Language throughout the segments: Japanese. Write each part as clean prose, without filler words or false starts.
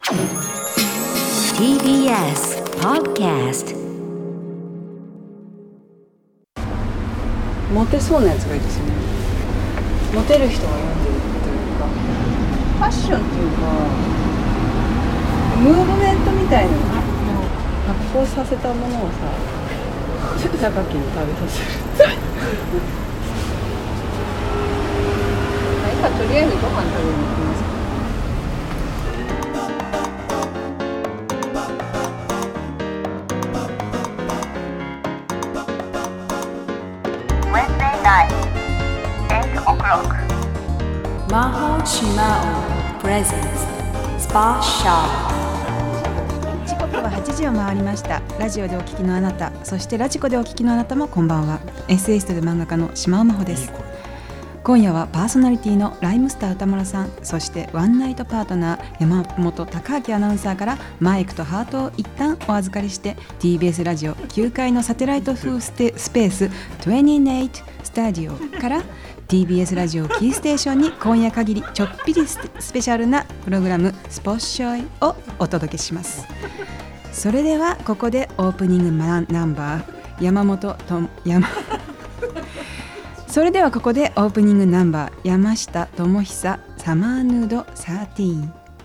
TBS Podcast。 モテそうなやつがいいですね。モテる人が読んでるっていうか、ファッションっていうかムーブメントみたいなのを発酵させたものをさ、高木に食べさせる今とりあえずご飯食べに行きますか。 マホシマオプレゼンツスパシャー。 時刻は8時を回りました。ラジオでお聞きのあなた、そしてラジコでお聞きのあなたもこんばんは。エッセイストで漫画家の島尾真帆です。今夜はパーソナリティのライムスター歌丸さん、そしてワンナイトパートナー山本貴明アナウンサーからマイクとハートを一旦お預かりして、 TBS ラジオ9階のサテライト風スペース28スタジオから TBS ラジオキーステーションに今夜限りちょっぴりスペシャルなプログラムスポッショイをお届けします。それではここでオープニングナンバーそれではここでオープニングナンバー山下智久サマーヌード13。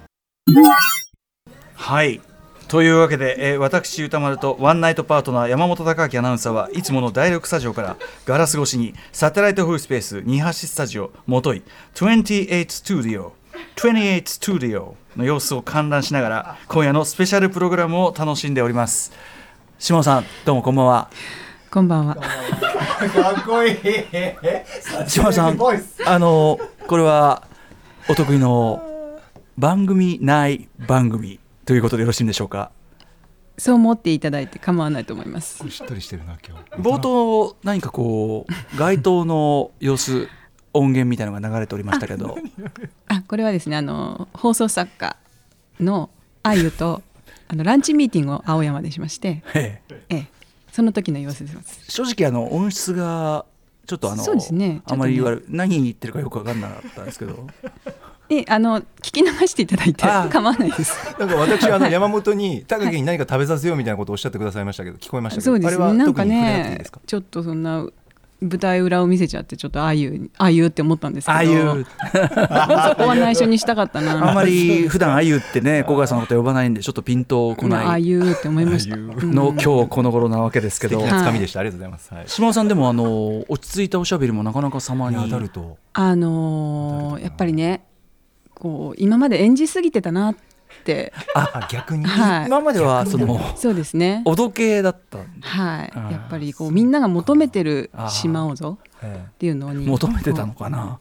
はい、というわけで、私歌丸とワンナイトパートナー山本貴明アナウンサーはいつもの第6スタジオからガラス越しにサテライト風スペース28スタジオもとい28スタジオの様子を観覧しながら今夜のスペシャルプログラムを楽しんでおります。下野さん、どうもこんばんは。 こんばんは。 かっこいい。 下野さん、これはお得意の番組内番組ということでよろしいんでしょうか。 そう思っていただいて構わないと思います。 しっとりしてるな今日。 冒頭何かこう街頭の様子音源みたいなのが流れておりましたけどこれはですね、放送作家のあゆとランチミーティングを青山でしまして、その時の様子です。 正直音質がちょっとそうですね、 あまり何言ってるかよく分かんなかったんですけど聞き流していただいて構わないです。 なんか私山本に高木に何か食べさせようみたいなことをおっしゃってくださいましたけど、聞こえましたけど、 そうですね、 あれはなんか特に触れなくていいねですか。 ちょっとそんな舞台裏を見せちゃってちょっとああいうって思ったんですけど、そこは内緒にしたかったな。 あんまり普段あゆってね小川さんのこと呼ばないんでちょっとピンとこないああいうって思いましたの今日この頃なわけですけど、 素敵なつかみでした、ありがとうございます。はい、 島尾さんでも落ち着いたおしゃべりもなかなか様に当たるとやっぱりね、こう今まで演じすぎてたなって逆に、 今まではそうですね、 おどけだったやっぱりこうみんなが求めてる島尾像っていうのに求めてたのかな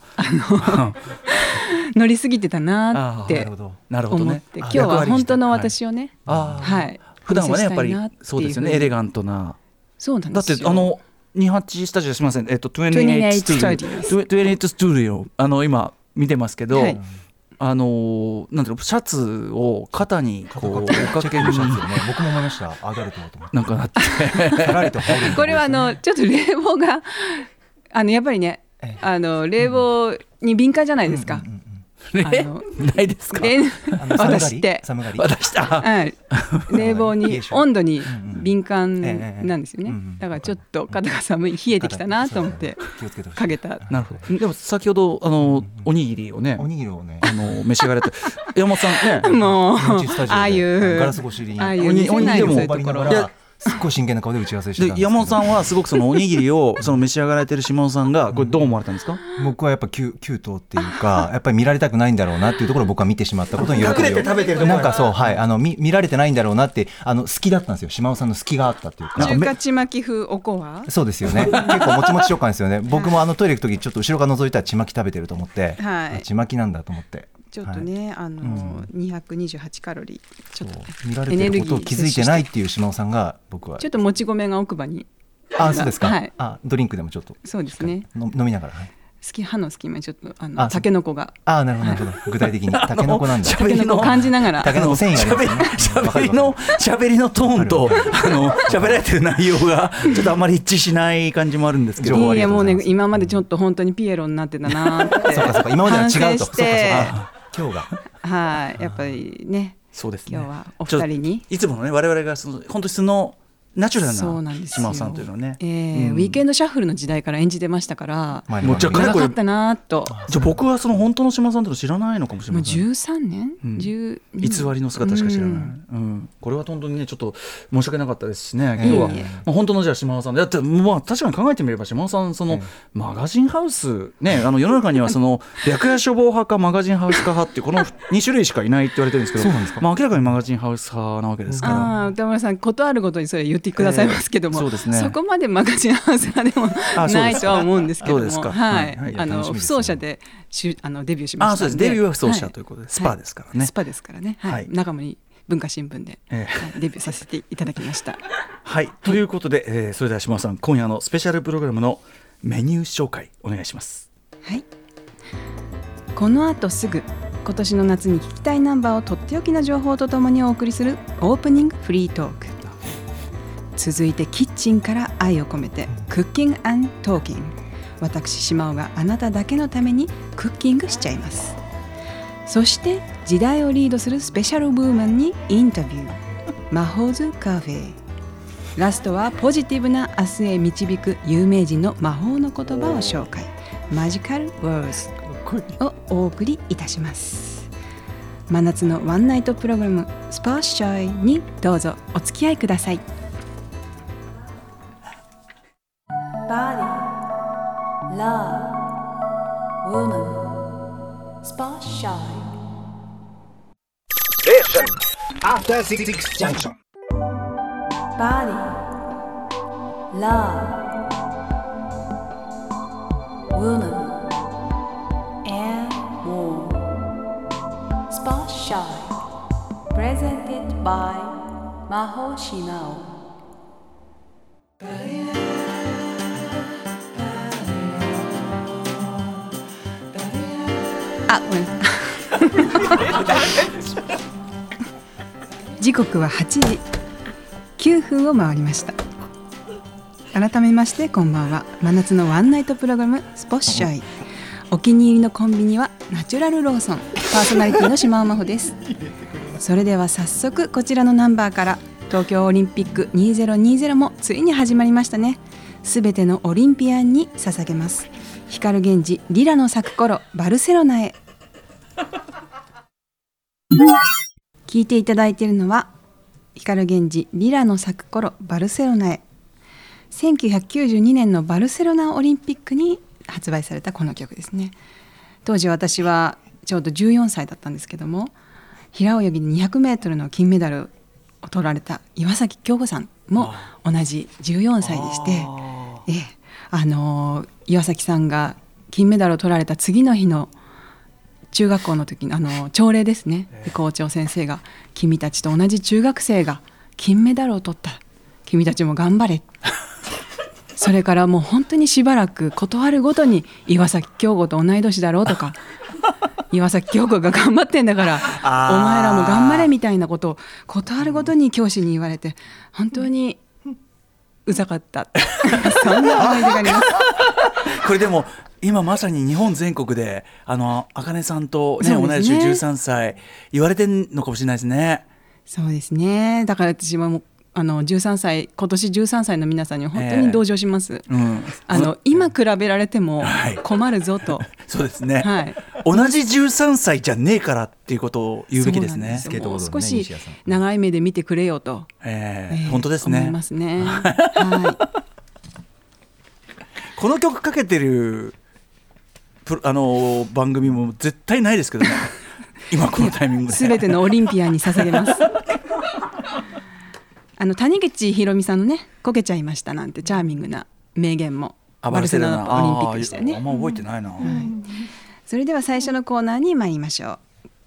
乗りすぎてたなって思って、今日は本当の私をね、 普段はねやっぱりそうですよね、エレガントな。 そうなんですよ。 だって28スタジオすみません、28スタジオ今見てますけど、なんていうの、シャツを肩にこうおかけるシャツね、 僕も思いました。アダルトだと思ってなんかなってこれはちょっと冷房がやっぱりね、冷房に敏感じゃないですか。 ないですか。 私って冷房に温度に敏感なんですよね。だからちょっと肩が寒い、冷えてきたなと思ってかけた。 なるほど。でも先ほどおにぎりをね召し上がれて山本さんね、 もうああいうガラス越しにおにぎりもすっごい真剣な顔で打ち合わせしてたんです。 山本さんはすごくそのおにぎりを召し上がられてる島尾さんがこれどう思われたんですか。 僕はやっぱキュートっていうかやっぱり見られたくないんだろうなっていうところを僕は見てしまったことによって、 隠れて食べてるとなんかそう見られてないんだろうなって好きだったんですよ。島尾さんの隙があったっていうか、 中華ちまき風おこわ。 そうですよね。結構もちもち食感ですよね。僕もトイレ行く時ちょっと後ろから覗いたらちまき食べてると思って、ちまきなんだと思ってちょっとね、228カロリーちょっと見られてることを気づいてないっていう島尾さんが、僕はちょっともち米が奥歯にそうですか。ドリンクでもちょっとそうですね、 飲みながら、 歯の隙間にちょっとタケノコがなるほど具体的にタケノコなんだ。 タケノコを感じながらタケノコ繊維がありますね。 しゃべりのトーンとしゃべられてる内容がちょっとあまり一致しない感じもあるんですけど、 いやもうね、今までちょっと本当にピエロになってたなってそうか今までは違うと。 反省して今日がやっぱりね、 そうですね、 今日はお二人にいつものね我々が本当に素のナチュラルな島尾さんというのはね、 ウィークエンドシャッフルの時代から演じてましたから、 もうじゃあ長かったなと。 じゃあ僕はその本当の島尾さんと知らないのかもしれません。 もう13年、偽りの姿しか知らない、これは本当にねちょっと申し訳なかったですしね。今日は、本当のじゃあ島尾さんで、だってまあ確かに考えてみれば島尾さんその、マガジンハウスね、世の中にはその白夜処方派かマガジンハウスか派っていうこの2種類しかいないって言われてるんですけどそうなんですか。 まあ、明らかにマガジンハウス派なわけですから。 歌村さんことあるごとにそれ言ってくださいますけども、 そうですね、 そこまでマガジンハウス派でもないとは思うんですけども、不走者でデビューしましたので。 デビューは不走者ということで、スパですからね。 スパですからね、仲間に文化新聞で、デビューさせていただきました。 はい、ということで、それでは島尾さん今夜のスペシャルプログラムのメニュー紹介お願いします。 はい、この後すぐ今年の夏に聞きたいナンバーをとっておきの情報とともにお送りするオープニングフリートーク。続いてキッチンから愛を込めてクッキング&トーキング。私島尾があなただけのためにクッキングしちゃいます。そして時代をリードするスペシャルブーマンにインタビュー。魔法図カフェ。ラストはポジティブな明日へ導く有名人の魔法の言葉を紹介。マジカルワーズをお送りいたします。真夏のワンナイトプログラムスパーシャイにどうぞお付き合いください。 Body, love, woman, spotlight. Station after 66 junction. Body, love, woman, and more. Spotlight, presented by Maho Shimao. ごめん時刻は8時9分を回りました。改めましてこんばんは。真夏のワンナイトプログラムスポッシャイ。お気に入りのコンビニはナチュラルローソン。パーソナリティの島尾真帆です。それでは早速こちらのナンバーから。東京オリンピック2020もついに始まりましたね。すべてのオリンピアンに捧げます。光源氏リラの咲く頃バルセロナへ。聞いていただいているのは光源氏リラの咲く頃バルセロナへ。1992年のバルセロナオリンピックに発売されたこの曲ですね。当時私はちょうど14歳だったんですけども、平泳ぎで200メートルの金メダルを取られた岩崎恭子さんも同じ14歳でして、岩崎さんが金メダルを取られた次の日の中学校の時の朝礼ですね、校長先生が君たちと同じ中学生が金メダルを取った、君たちも頑張れそれからもう本当にしばらくことあるごとに岩崎恭子と同い年だろうとか岩崎恭子が頑張ってんだからお前らも頑張れみたいなことをことあるごとに教師に言われて、本当にうざかったそんな思い出がありますこれでも今まさに日本全国で茜さんと、ね、同じ13歳言われてるのかもしれないですね。 そうですね。だから私はもう13歳今年13歳の皆さんに本当に同情します、今比べられても困るぞと、 そうですね、同じ13歳じゃねえからっていうことを言うべきですね。 もう少し長い目で見てくれよと、 本当ですね、 思いますねこの曲かけてる番組も絶対ないですけどね今このタイミングで全てのオリンピアンに捧げます谷口ひろみさんのね、こけちゃいましたなんてチャーミングな名言もバルセロナオリンピックでしたよね。 あんま覚えてないな、 それでは最初のコーナーに参りましょう。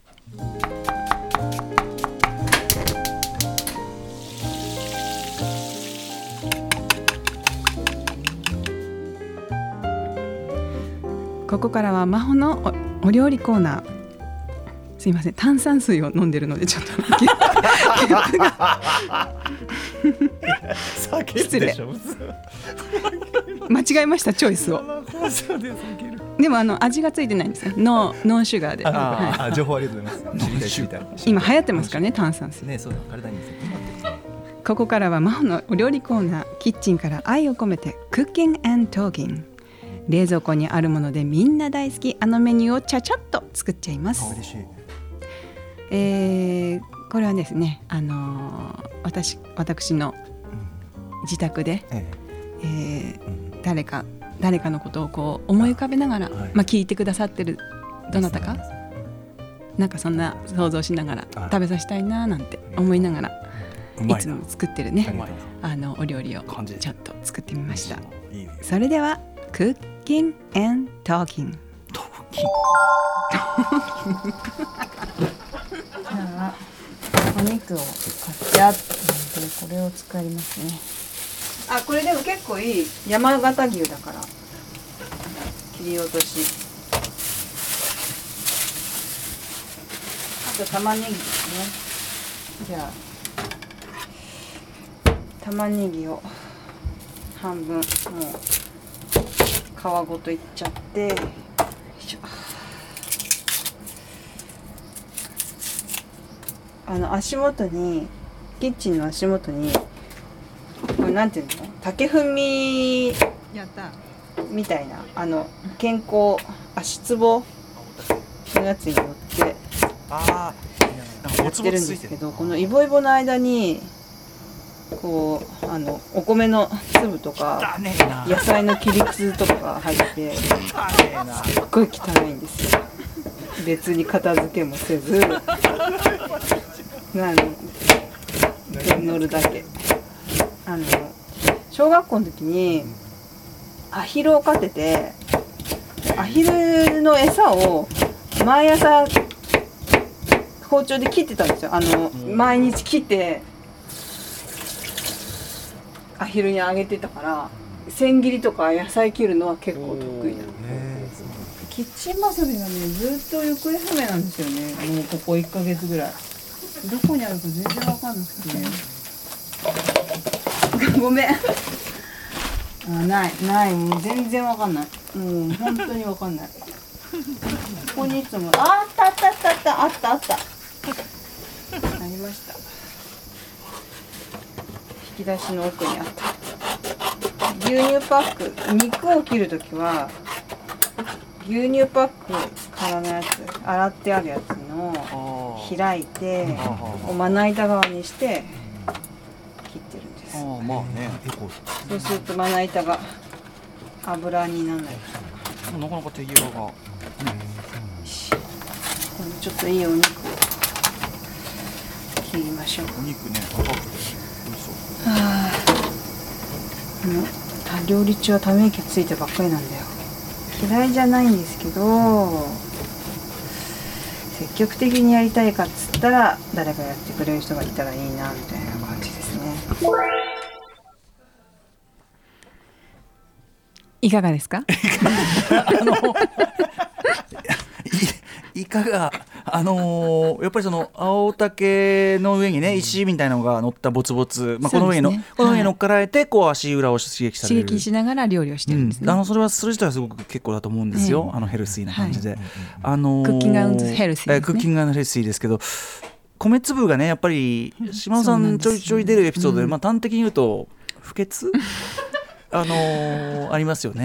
ここからは真帆の お料理コーナー。すいません、炭酸水を飲んでるのでちょっと失礼、間違えましたチョイスをでも味がついてないんですよ。ノンシュガーで。 あ、情報ありがとうございます。知りたい。 今流行ってますからね、炭酸水。 ね、そうだ、体にいいですよ。 ここからは真帆のお料理コーナー、キッチンから愛を込めて Cooking and Talking。 冷蔵庫にあるものでみんな大好きメニューをちゃちゃっと作っちゃいます。 嬉しい。 これはですね、私の自宅で、誰かのことをこう思い浮かべながら、聞いてくださってるどなたか、なんかそんな想像しながら食べさせたいななんて思いながら、いつも作ってるねお料理をちょっと作ってみました。それでは Cooking and Talking。 じゃあお肉を買ってあったのでこれを使いますね。これでも結構いい山形牛だから切り落とし、あと玉ねぎですね。じゃあ玉ねぎを半分もう皮ごといっちゃって、よいしょ。足元に、キッチンの足元にこれなんていうの、竹踏みみたいな健康足つぼのやつによってやってるんですけど、このイボイボの間にこうお米の粒とか野菜の切りくずとかが入ってすっごい汚いんですよ。別に片付けもせず乗るだけ。小学校の時にアヒルを飼ってて、アヒルの餌を毎朝包丁で切ってたんですよ。毎日切ってアヒルにあげてたから、千切りとか野菜切るのは結構得意なの。キッチンバサミがねずっと行方不明なんですよね。もうここ1ヶ月ぐらいどこにあるか全然わかんなくてごめん。ないもう全然わかんない。もう本当にわかんない。ここにいつもあったありました。引き出しの奥にあった。牛乳パック、肉を切るときは牛乳パックからのやつ、洗ってあるやつの開いてまな板側にして切ってるんです。そうするとまな板が油にならないから。 なかなか手際が、 このちょっといいお肉を切りましょう。 お肉ね、高くて料理中はため息ついてばっかりなんだよ。嫌いじゃないんですけど、積極的にやりたいかっつったら誰かやってくれる人がいたらいいなみたいな感じですね。いかがですか？ イカがやっぱりその青竹の上にね石みたいなのが乗ったボツボツ、この上に乗っかられてこう足裏を刺激される、 刺激しながら料理をしてるんですね。 それ自体はすごく結構だと思うんですよ。ヘルシーな感じで、 クッキング&ヘルシーですね。 クッキング&ヘルシーですけど、米粒がねやっぱり島尾さんちょいちょい出るエピソードで、端的に言うと不潔ありますよ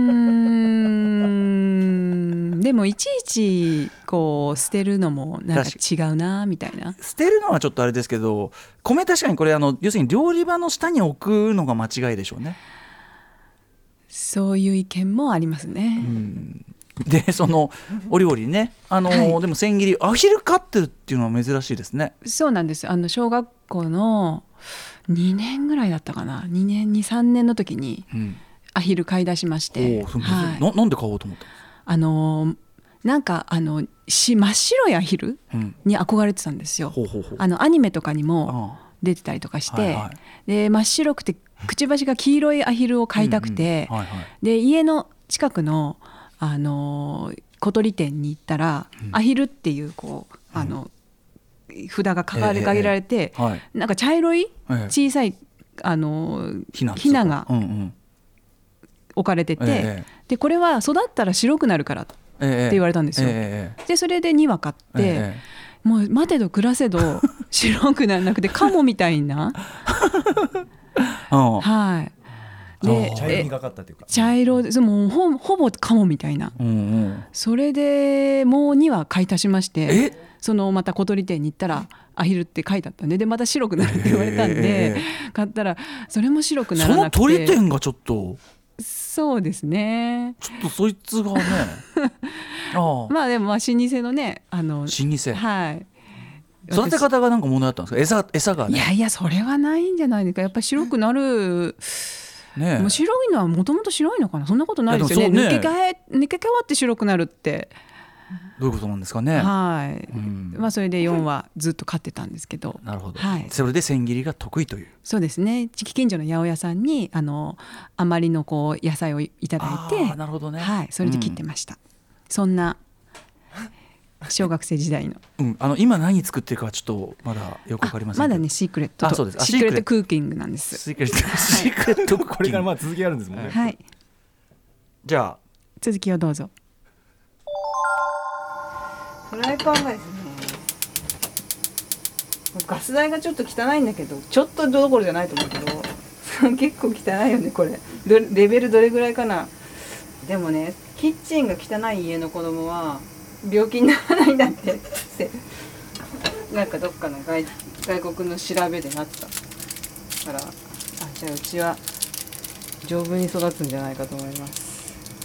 ね。 でもいちいちこう捨てるのもなんか違うなみたいな。 捨てるのはちょっとあれですけど、米確かにこれ要するに料理場の下に置くのが間違いでしょうね。 そういう意見もありますね。 でそのお料理ね、でも千切りアヒル飼ってるっていうのは珍しいですね。 そうなんです。小学校の2年ぐらいだったかな、2年に3年の時にアヒル買い出しまして、 なんで買おうと思った？ なんか真っ白いアヒルに憧れてたんですよ。アニメとかにも出てたりとかして、で真っ白くてくちばしが黄色いアヒルを飼いたくて、で家の近くの小鳥店に行ったら、アヒルっていうこう札が掲げられて、なんか茶色い小さいヒナが置かれてて、でこれは育ったら白くなるからって言われたんですよ。でそれで2羽買って、もう待てど暮らせど白くならなくてカモみたいなはいで茶色みがかったというか、 茶色でもう ほぼカモみたいな、それでもう2羽買い足しまして、そのまた小鳥店に行ったらアヒルって書いてあったんで、また白くなるって言われたんで買ったらそれも白くならなくて、 その鳥店がちょっとそうですね、 ちょっとそいつがねまあでも老舗のね老舗、 はい、 育て方がなんか問題だったんですか？餌がね。 いやそれはないんじゃないですか。やっぱり白くなるね、もう白いのはもともと白いのかな、そんなことないですよね。抜け替わって白くなるってどういうことなんですかね。 はい、まあそれで4羽ずっと飼ってたんですけどなるほど、はい、それで千切りが得意という。 そうですね、近所の八百屋さんにあまりのこう野菜をいただいて、 なるほどね、 はい、それで切ってました、そんな小学生時代の、 今何作ってるかはちょっとまだよくわかりませんけど、 まだねシークレットとシークレットクッキングなんです。 シークレットこれからまあ続きあるんですもんね。 はい、 じゃあ続きをどうぞ。フライパンがですね、ガス台がちょっと汚いんだけど、ちょっとどころじゃないと思うけど結構汚いよねこれ。レベルどれぐらいかな。でもね、キッチンが汚い家の子供は病気にならないんだってなんかどっかの 外国の調べでなってたから、じゃあうちは丈夫に育つんじゃないかと思います。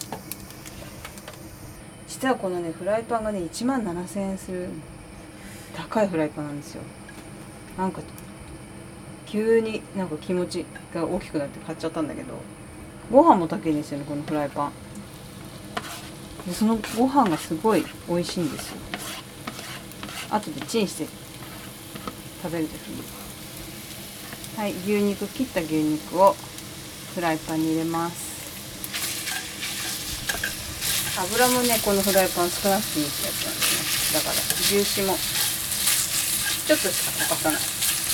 実はこのねフライパンがね17,000円する高いフライパンなんですよ。なんか急になんか気持ちが大きくなって買っちゃったんだけど、ご飯も炊けるんですよねこのフライパンで。そのご飯がすごい美味しいんですよ。後でチンして食べるときに、はい、切った牛肉をフライパンに入れます。油もねこのフライパン少なくていいってやつなんですね。だから牛脂もちょっとしか溶かさない。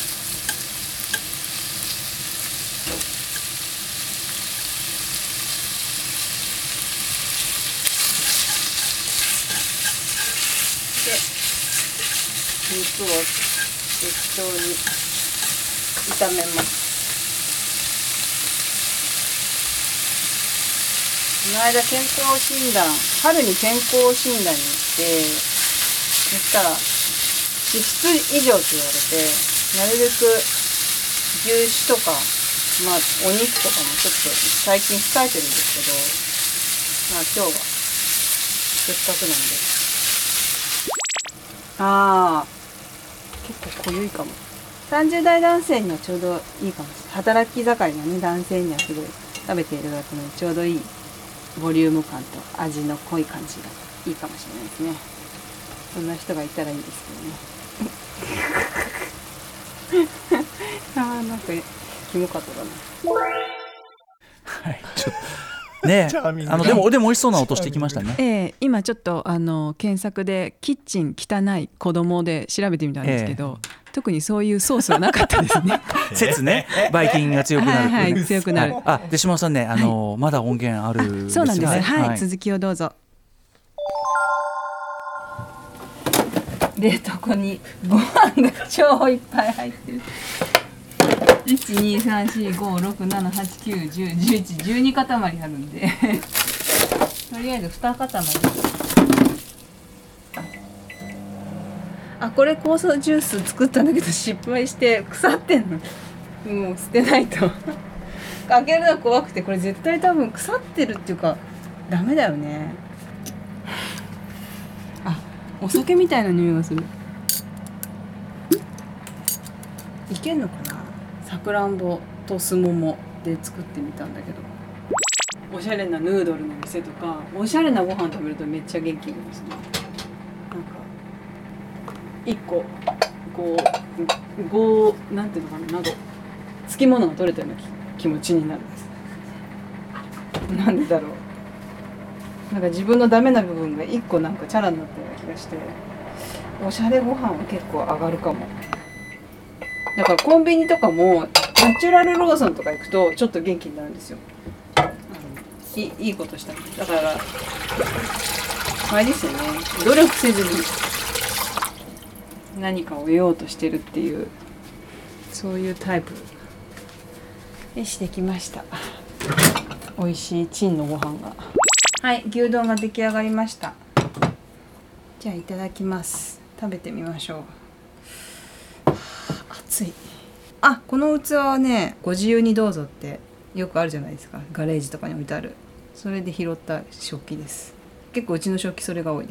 で肉を適当に炒めます。この間健康診断、春に健康診断に行って、そしたら脂質異常って言われて、なるべく牛脂とか、まあお肉とかもちょっと最近控えてるんですけど、まあ今日はせっかくなんで、結構濃ゆいかも。30代男性にはちょうどいいかもしれない。働き盛りのね男性にはすごい食べていただくのにちょうどいい。ボリューム感と味の濃い感じがいいかもしれないですね。そんな人がいたらいいですけどねなんかキモかっただな。 はい、ちょっとねでも美味しそうな音してきましたね。 今ちょっと検索でキッチン汚い子供で調べてみたんですけど、特にそういうソースはなかったですね説ね、ばい菌が強くなる、 はいはい、強くなる。 で島尾さんね、まだ音源あるんですよ。 そうなんです、はい、続きをどうぞ。冷凍庫にご飯が超いっぱい入ってる。1,2,3,4,5,6,7,8,9,10,11,12 塊あるんでとりあえず2塊。これ酵素ジュース作ったんだけど失敗して腐ってんの。もう捨てないと開けるの怖くて、これ絶対多分腐ってるっていうかダメだよね。お酒みたいな匂いがする。いけんのかな。さくらんぼとすももで作ってみたんだけど、おしゃれなヌードルの店とかおしゃれなご飯食べるとめっちゃ元気になりますね。なんか一個なんていうのかな、なんかつきものが取れたような気持ちになるんです。なんでだろう。なんか自分のダメな部分が一個なんかチャラになったような気がして、おしゃれご飯は結構上がるかも。だからコンビニとかもナチュラルローソンとか行くとちょっと元気になるんですよ。 いいことした。だからあれですよね、努力せずに何かを得ようとしてるっていう、そういうタイプにしてきました。美味しいチンのご飯が。はい、牛丼が出来上がりました。じゃあいただきます。食べてみましょう。熱い。あ、この器はね、ご自由にどうぞってよくあるじゃないですか、ガレージとかに置いてある。それで拾った食器です。結構うちの食器それが多いです。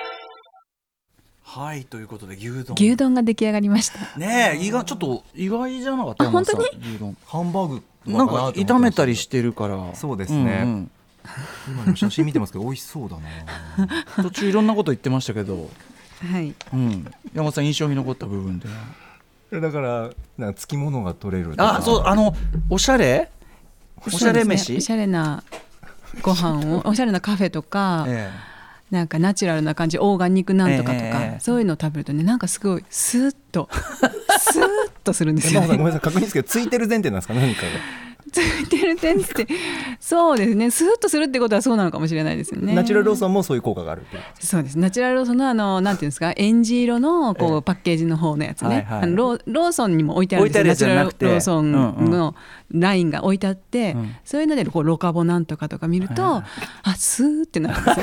はい、ということで牛丼が出来上がりました。 ねえ、ちょっと意外じゃなかった？ あ、本当に？ 牛丼ハンバーグなんか炒めたりしてるから。 そうですね、今の写真見てますけど美味しそうだな。 途中いろんなこと言ってましたけど、 はい、 山本さん印象に残った部分で、 だからなんか付き物が取れる。 あ、そう、おしゃれ飯、 おしゃれなご飯をおしゃれなカフェとか、なんかナチュラルな感じ、オーガニックなんとかとか、そういうのを食べるとね、なんかすごいスーッとするんですよね。 ごめんなさい、確認ですけど、ついてる前提なんですか、何かが。 ついてる点ってそうですね、スーッとするってことはそうなのかもしれないですよね。 ナチュラルローソンもそういう効果があるっていう。 そうです。ナチュラルローソンのなんていうんですか、エンジ色のこうパッケージの方のやつね、ローソンにも置いてあるんですよ。ナチュラルローソンのラインが置いてあって、そういうのでこうロカボなんとかとか見ると、あ、スーってなるんですね。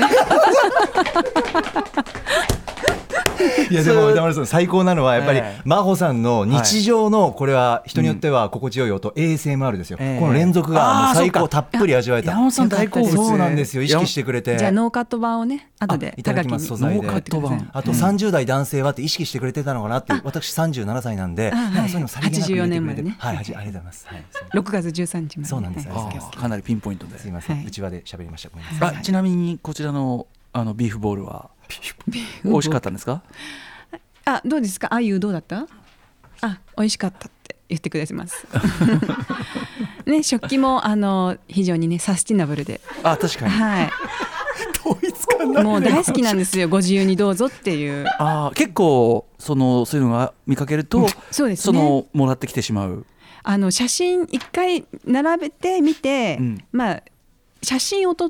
いやでも歌丸さん、最高なのはやっぱり真帆さんの日常の、これは人によっては心地よい音、ASMR ですよ。この連続がもう最高、たっぷり味わえた。 山本さん大好物。 そうなんですよ、意識してくれて。 じゃあノーカット版をね、後でいただきます。素材で。 ノーカット版。 あと30代男性はって意識してくれてたのかなって。私37歳なんで、そういうのさりげなく言ってくれて。84年までね。はい、ありがとうございます。 6月13日まで。 そうなんです。 かなりピンポイントで。 すいません、内輪で喋りました。ごめんなさい。 ちなみにこちらのビーフボールは美味しかったんですか？ あ、どうですか？あゆどうだった？あ、美味しかったって言ってくれてます。ね、食器も非常にねサスティナブルで。 あ、確かに。 はい。 統一感ない。 もう大好きなんですよ。ご自由にどうぞっていう。 結構そういうのが見かけると、 そうですね。 もらってきてしまう。 写真一回並べてみて、まあ写真を撮って。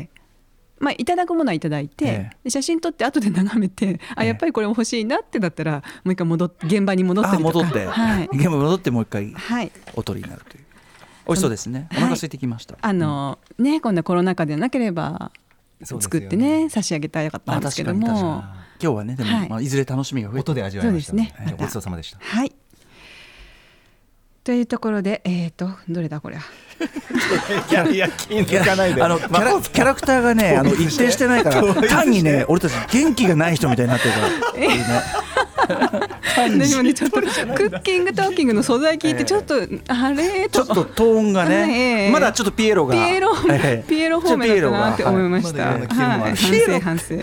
いただくものはいただいて、写真撮って後で眺めて、やっぱりこれ欲しいなってだったらもう一回現場に戻ったりとか、 現場に戻ってもう一回お撮りになるという。美味しそうですね。お腹空いてきました。 ね、こんなコロナ禍でなければ作ってね差し上げたらよかったんですけども、 今日はね、でもいずれ楽しみが増えて、 音で味わいました。 そうですね。 ごちそうさまでした。 はい。というところで、どれだこれは。 いや気抜かないで。 キャラクターがね、一定してないから単にね、俺たち元気がない人みたいになってるから。 でもね、ちょっとクッキングトーキングの素材聞いてちょっとあれちょっとトーンがね、まだちょっとピエロ方面だったなって思いました。反省。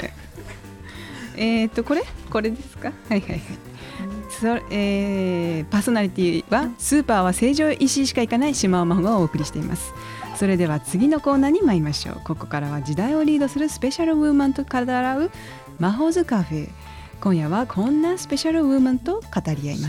これですか？はいはいはい。パーソナリティはスーパーは成城石井しか行かない島尾真帆がお送りしています。それでは次のコーナーに参りましょう。ここからは時代をリードするスペシャルウーマンと語らうマホーズカフェ。今夜はこんなスペシャルウーマンと語り合います。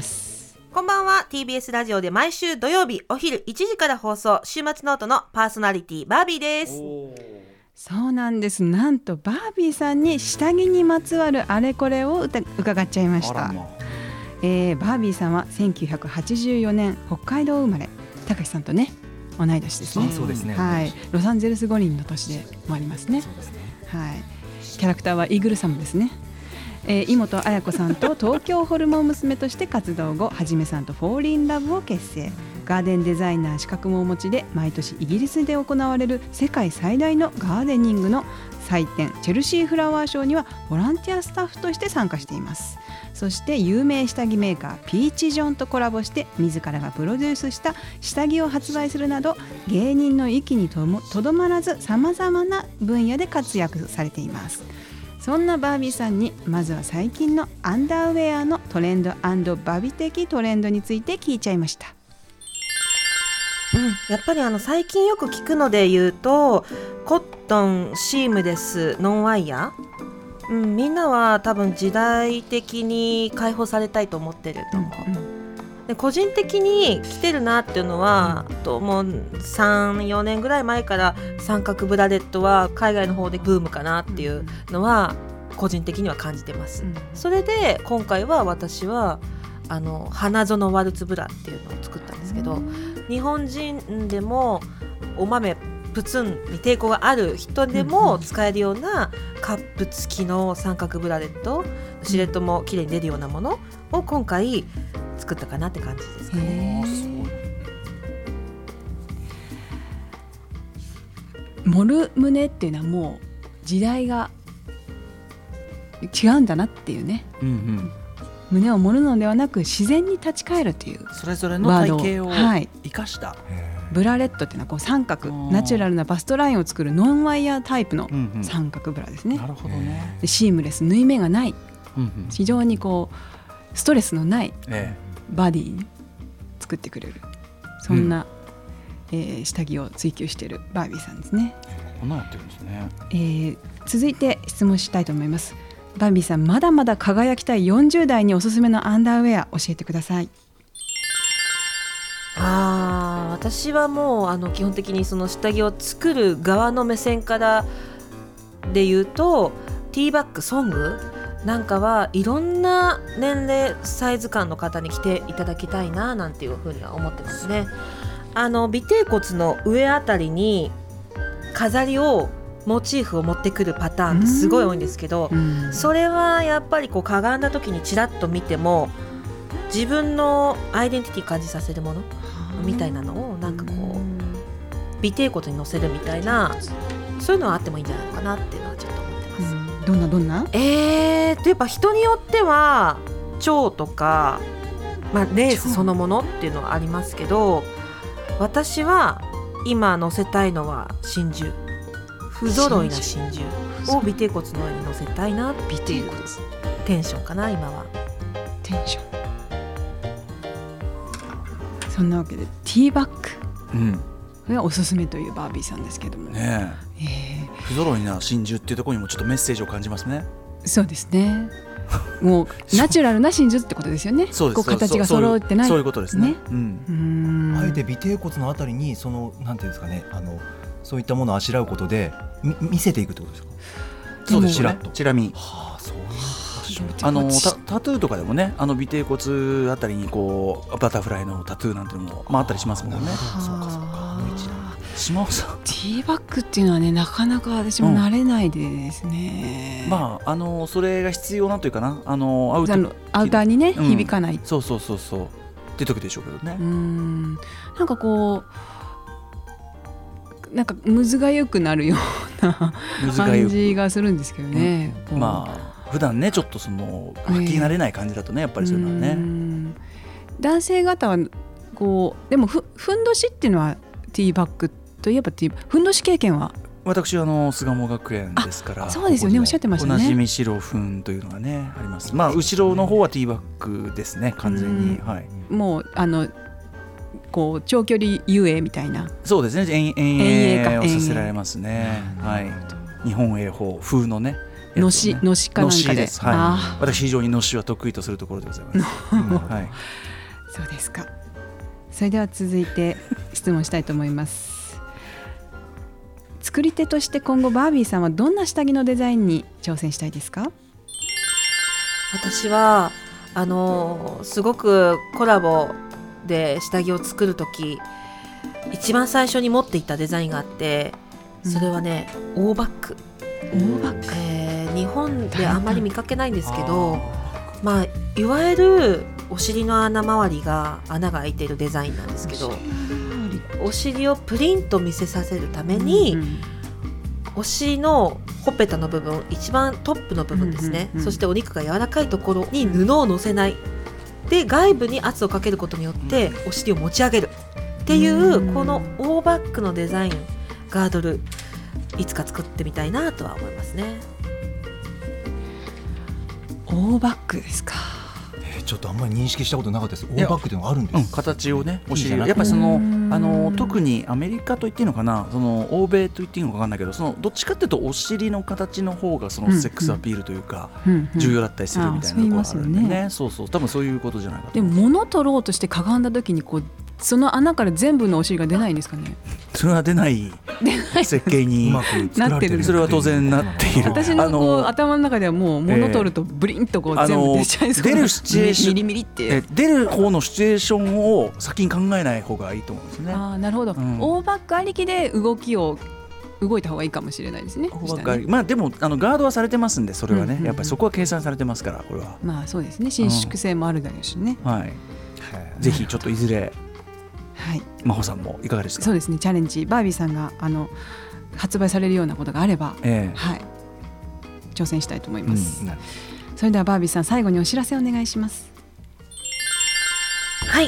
こんばんは。 TBS ラジオで毎週土曜日お昼1時から放送、週末ノートのパーソナリティバービーです。 そうなんです。なんとバービーさんに下着にまつわるあれこれを伺っちゃいました。バービーさんは1984年北海道生まれ、高橋さんとね同い年ですね。 そうですね。 はい、ロサンゼルス五輪の年でもありますね。そうですね。はい。キャラクターはイーグルサムですね。井本彩子さんと東京ホルモン娘として活動後、はじめさんとフォーリンラブを結成。ガーデンデザイナー資格もお持ちで、毎年イギリスで行われる世界最大のガーデニングの祭典チェルシーフラワーショーにはボランティアスタッフとして参加しています。そして有名下着メーカーピーチジョンとコラボして自らがプロデュースした下着を発売するなど、芸人の域にとどまらずさまざまな分野で活躍されています。そんなバービーさんにまずは最近のアンダーウェアのトレンド&バビ的トレンドについて聞いちゃいました。 やっぱり最近よく聞くので言うと、コットン、シームレス、ノンワイヤー、みんなは多分時代的に解放されたいと思ってると思う。 で個人的に来てるなっていうのは、もう 3,4 年ぐらい前から三角ブラレットは海外の方でブームかなっていうのは個人的には感じてます、それで今回は私は花園ワルツブラっていうのを作ったんですけど、日本人でもお豆プツンに抵抗がある人でも使えるようなカップ付きの三角ブラレット、シレットも綺麗に出るようなものを今回作ったかなって感じですかね。 盛る胸っていうのはもう時代が違うんだなっていうね、胸を盛るのではなく自然に立ち返るというそれぞれの体型を生かした、 ブラレットっていうのはこう三角ナチュラルなバストラインを作るノンワイヤータイプの三角ブラですね、 なるほどね。 でシームレス、縫い目がない、非常にこうストレスのないバディに作ってくれる、そんな、下着を追求しているバービーさんですね。 こんなやってるんですね。 続いて質問したいと思います。バービーさん、まだまだ輝きたい40代におすすめのアンダーウェア教えてください。 私はもう基本的にその下着を作る側の目線からで言うと、ティーバッグ、ソングなんかはいろんな年齢サイズ感の方に着ていただきたいななんていうふうには思ってますね。尾てい骨の上あたりに飾りをモチーフを持ってくるパターンってすごい多いんですけど、それはやっぱりこうかがんだ時にちらっと見ても自分のアイデンティティ感じさせるものみたいなのをなんかこう尾てい骨に乗せるみたいな、そういうのはあってもいいんじゃないのかなっていうのはちょっと思ってます。 どんなやっぱ人によっては蝶とか、レースそのものっていうのはありますけど、私は今乗せたいのは真珠、不揃いな真珠を尾てい骨の上に乗せたいなっていうテンションかな今は。 テンション。そんなわけでティーバッグ、これはおすすめというバービーさんですけども、 不揃いな真珠っていうところにもちょっとメッセージを感じますね。 そうですね。もうナチュラルな真珠ってことですよね。 そうです、 こう形が揃ってない、 そういうことですね。 あえて尾てい骨のあたりにそのなんていうんですかね、そういったものをあしらうことで見せていくってことですか。 そうですね。チラ見。 そういうタトゥーとかでもね、尾てい骨あたりにこうバタフライのタトゥーなんていうのも、あったりしますもんね。島尾さん、 ティーバッグっていうのはね、なかなか私も慣れないでですね、 それが必要なんというかな、アウターにね、響かない、 そうって時でしょうけどね。 なんかこうなんかむずがゆくなるような感じがするんですけどね。 普段ねちょっとその履き慣れない感じだとね、やっぱりそういうのはね。 男性方はこうでもふんどしっていうのはティーバッグといえばふんどし経験は。 私は巣鴨学園ですから。 そうですよね、おっしゃってましたね。 おなじみ白ふんというのがねあります。後ろの方はティーバッグですね、完全に。 もうこう長距離遊泳みたいな。そうですね、遠泳をさせられますね。日本泳法風のね、 のしかなんかで。 私非常にのしは得意とするところでございます。 そうですか。それでは続いて質問したいと思います。作り手として今後バービーさんはどんな下着のデザインに挑戦したいですか。 私はすごくコラボで下着を作るとき一番最初に持っていったデザインがあって、それはね、オーバック。日本であんまり見かけないんですけど、いわゆるお尻の穴周りが穴が開いているデザインなんですけど、お尻をプリンと見せさせるために、お尻のほっぺたの部分、一番トップの部分ですね、そしてお肉が柔らかいところに布を乗せないで、外部に圧をかけることによってお尻を持ち上げるっていう、このオーバックのデザイン、ガードルいつか作ってみたいなとは思いますね。 オーバックですか。 ちょっとあんまり認識したことなかったです。オーバックっていうのがあるんです。 形をね、お尻いいじゃないやっぱりその特にアメリカと言っていいのかな、その欧米と言っていいのか分かんないけど、そのどっちかっていうとお尻の形の方がそのセックスアピールというか、重要だったりするみたいなところがあるんでね。そうそう、多分そういうことじゃないかと。 でも物取ろうとしてかがんだ時にこうその穴から全部のお尻が出ないんですかね。 それは出ない設計にうまく作られてる。 なってる。 それは当然なっている。 私のこう頭の中ではもう物取るとブリンとこう全部出ちゃいそうな、 出るシチュエーション、 ミリミリって出る方のシチュエーションを先に考えない方がいいと思うんですね。 ああ、なるほど、オーバックありきで動いた方がいいかもしれないですね。 まあでもガードはされてますんで、それはね、やっぱりそこは計算されてますから、これはまあそうですね、伸縮性もあるだろうしね、 はい、ぜひちょっといずれ、 はい、 真帆さんもいかがですか。 そうですね、チャレンジ、バービーさんが発売されるようなことがあれば、はい、挑戦したいと思います、それではバービーさん、最後にお知らせお願いします。 はい、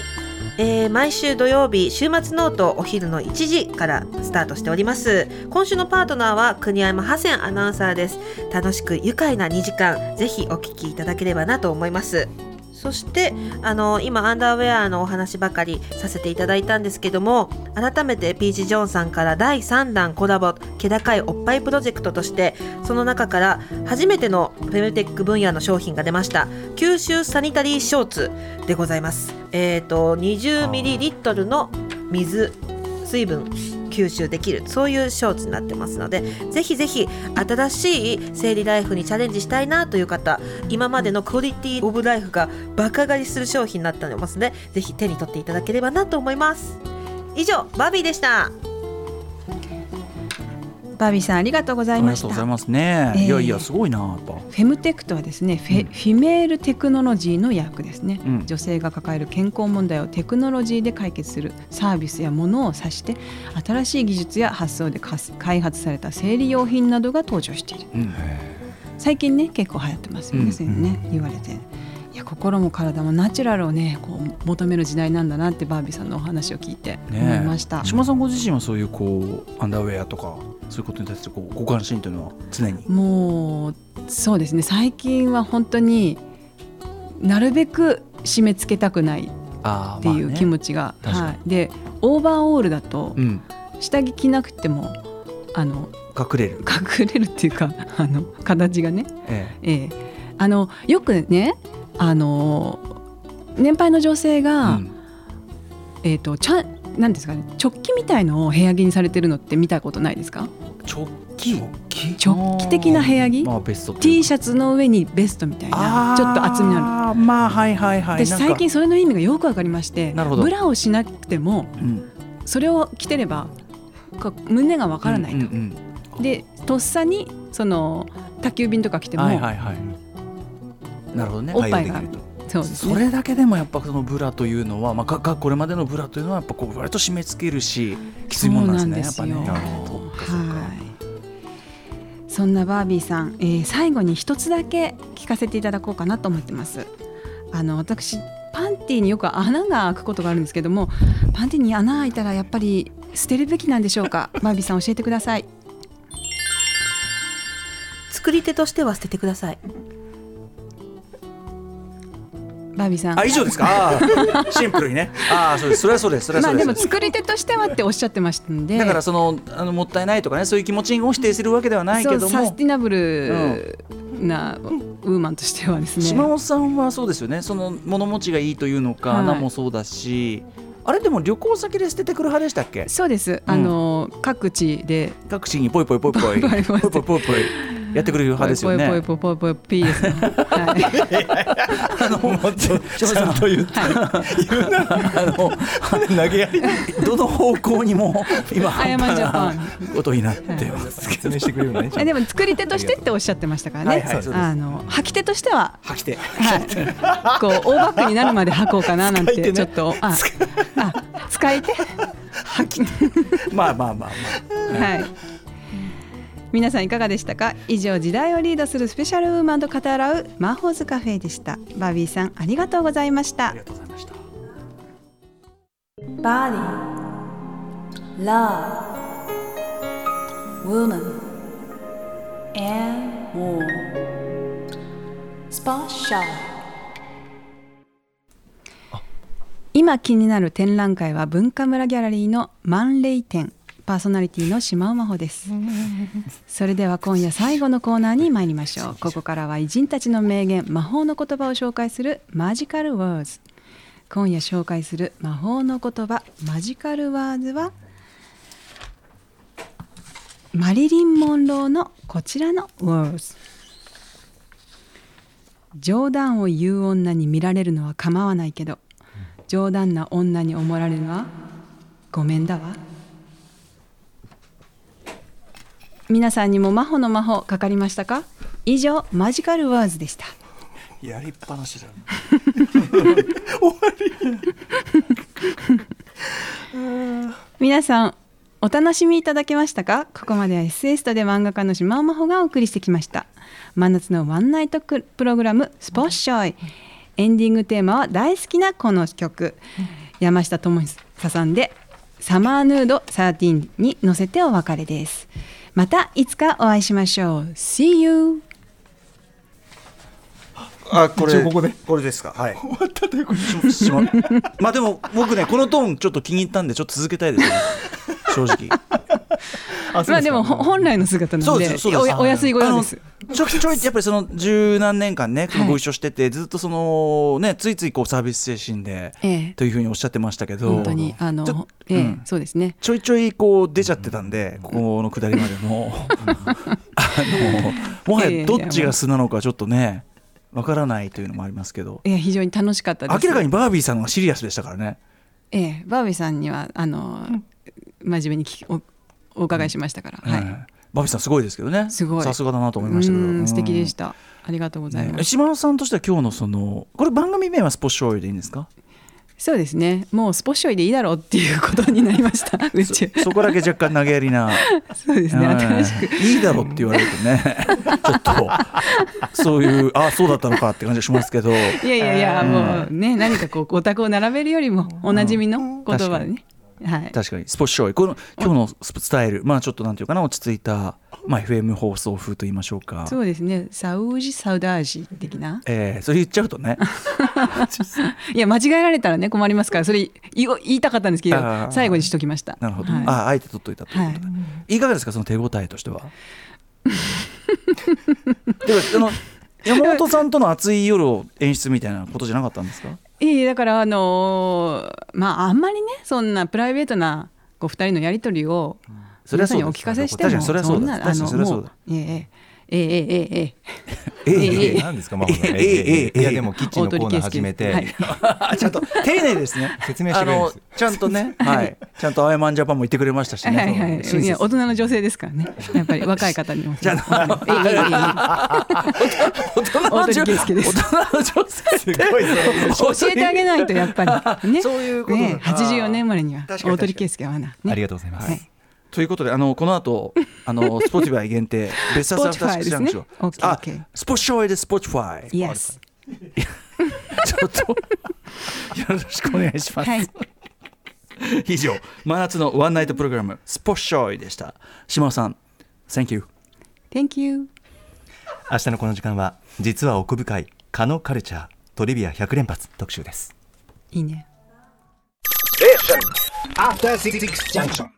毎週土曜日週末ノートお昼の1時からスタートしております。今週のパートナーは国山ハセンアナウンサーです。楽しく愉快な2時間、ぜひお聞きいただければなと思います。そして今アンダーウェアのお話ばかりさせていただいたんですけども、改めてピーチ・ジョンさんから第3弾コラボ気高いおっぱいプロジェクトとして、その中から初めてのフェムテック分野の商品が出ました。吸収サニタリーショーツでございます。20ミリリットルの水分吸収できる、そういうショーツになってますので、ぜひぜひ新しい生理ライフにチャレンジしたいなという方、今までのクオリティオブライフが爆上がりする商品になっておりますので、ぜひ手に取っていただければなと思います。以上、バービーでした。 バービーさん、ありがとうございました。 ありがとうございますね、いやいやすごいな。やっぱフェムテックとはですね、フィメールテクノロジーの訳ですね、女性が抱える健康問題をテクノロジーで解決するサービスやものを指して、新しい技術や発想で開発された生理用品などが登場している、最近ね結構流行ってますよね、そういうのね言われて、いや心も体もナチュラルをねこう求める時代なんだなってバービーさんのお話を聞いて思いました。 島さんご自身はそういうアンダーウェアとかそういうことに対するご関心というのは常に。 もうそうですね、最近は本当になるべく締め付けたくないっていう気持ちが、でオーバーオールだと下着着なくても隠れるっていうか形がね、よくね年配の女性が、なんですかね、チョッキみたいのを部屋着にされてるのって見たことないですか？ チョッキ的な部屋着、 ベスト T シャツの上にベストみたいなちょっと厚みのある、 はいはいはい。 で最近それの意味がよく分かりまして、ブラをしなくても、それを着てれば胸が分からないと、でとっさにその宅急便とか着ても、 なるほどね、 おっぱいがある。そうですね、 それだけでもやっぱそのブラというのは、これまでのブラというのはやっぱこう割と締め付けるしきついものなんですね。やっぱね。 そんなバービーさん、最後に一つだけ聞かせていただこうかなと思ってます。私パンティによく穴が開くことがあるんですけども、パンティに穴開いたらやっぱり捨てるべきなんでしょうか？バービーさん教えてください。 作り手としては捨ててください。 バービーさん、 以上ですか？シンプルにね。そうです。それはそうです。 でも作り手としてはっておっしゃってましたんで、 だからもったいないとかね、そういう気持ちを否定するわけではないけども、 サスティナブルなウーマンとしてはですね、 島尾さんはそうですよね。その物持ちがいいというのか、穴もそうだし、あれでも旅行先で捨ててくる派でしたっけ？ そうです。各地にポイポイやってくれる派ですよね。 ポイピーですね。 もっとちゃんと言って投げやりどの方向にも今アヤマンジャパンことになってます。 説明してくれるのね。 でも作り手としてっておっしゃってましたからね。履き手としてはこう大バッグになるまで履こうかななんてちょっと使い手履き手まあはい。皆さんいかがでしたか？以上、時代をリードするスペシャルウーマンと語らうマホーズカフェでした。バービーさん、ありがとうございました。 ありがとうございました。 Body, Love, Woman, and more. Spa Shop 今気になる展覧会は文化村ギャラリーの万霊展。パーソナリティの島尾真帆です。それでは今夜最後のコーナーに参りましょう。ここからは偉人たちの名言、魔法の言葉を紹介するマジカルワーズ。今夜紹介する魔法の言葉、マジカルワーズはマリリン・モンローのこちらのワーズ。冗談を言う女に見られるのは構わないけど、冗談な女に思われるのはごめんだわ。皆さんにも魔法の魔法かかりましたか？以上マジカルワーズでした。 やりっぱなしだね皆さんお楽しみいただけましたか？ここまでは SS とで漫画家の島尾真帆がお送りしてきました。真夏のワンナイトプログラムスポッショイ。エンディングテーマは大好きなこの曲、山下智久さんでサマーヌード13に乗せてお別れです。またいつかお会いしましょう。 See you。 これここでこれですか。はい、 終わったということまあでも僕ねこのトーンちょっと気に入ったんでちょっと続けたいですよね正直まあでも本来の姿なんでお安いご用です。 ちょいやっぱりその十何年間ねご一緒しててずっとそのねついついこうサービス精神でというふうにおっしゃってましたけど、 本当にそうですね、 ちょいこう出ちゃってたんでここの下りまでももはやどっちが素なのかちょっとねわからないというのもありますけど、 非常に楽しかったです。 明らかにバービーさんはシリアスでしたからね。 バービーさんには真面目にお伺いしましたから、はい、 バービーさんすごいですけどね。 すごいさすがだなと思いましたけど、 素敵でした。ありがとうございます。 島尾さんとしては今日のそのこれ番組名はスポッショイでいいんですか？ そうですね、もうスポッショイでいいだろうっていうことになりましたそこだけ若干投げやりなそうですね、新しくいいだろうって言われるとねちょっとそういうそうだったのかって感じがしますけど、 いやもうね、何かこうオタクを並べるよりもおなじみの言葉でね、はい、 確かにスポッショイ、この今日のスタイル、まあちょっとなんていうかな、落ち着いた、まあ、FM 放送風と言いましょうか。 そうですね、サウジサウダージ的な、 それ言っちゃうとねいや間違えられたらね困りますから、それ言いたかったんですけど最後にしときました。 なるほど、 はい、 あえて取っといたということで、いかがですかその手応えとしてはでも山本さんとの熱い夜を演出みたいなことじゃなかったんですか？ だからまああんまりねそんなプライベートな2人のやり取りを皆さんにお聞かせしても、 確かにそれはそうだ、確かにそれはそうだ、 何ですかママさん。いやでもキッチンのコーナー始めてちゃんと丁寧ですね説明してくれるんです。 ちゃんとね、はい、ちゃんとアイマンジャパンも言ってくれましたしね。 はいはい、いや大人の女性ですからね、やっぱり若い方にもじゃあ大人の女性すごい教えてあげないとやっぱりね、 そういうことね、84年生まれには大鳥圭介はな、 ありがとうございます、 ということでこの後スポティファイ限定ベストアフターシックスジャンクション、スポッショイでスポティファイ、 Yes ちょっとよろしくお願いします、以上真夏のワンナイトプログラムスポッショイでした。島尾さん Thank you。 Thank you。 明日のこの時間は実は奥深いカノカルチャートリビア100連発特集です。 いいね。 After 66 junction.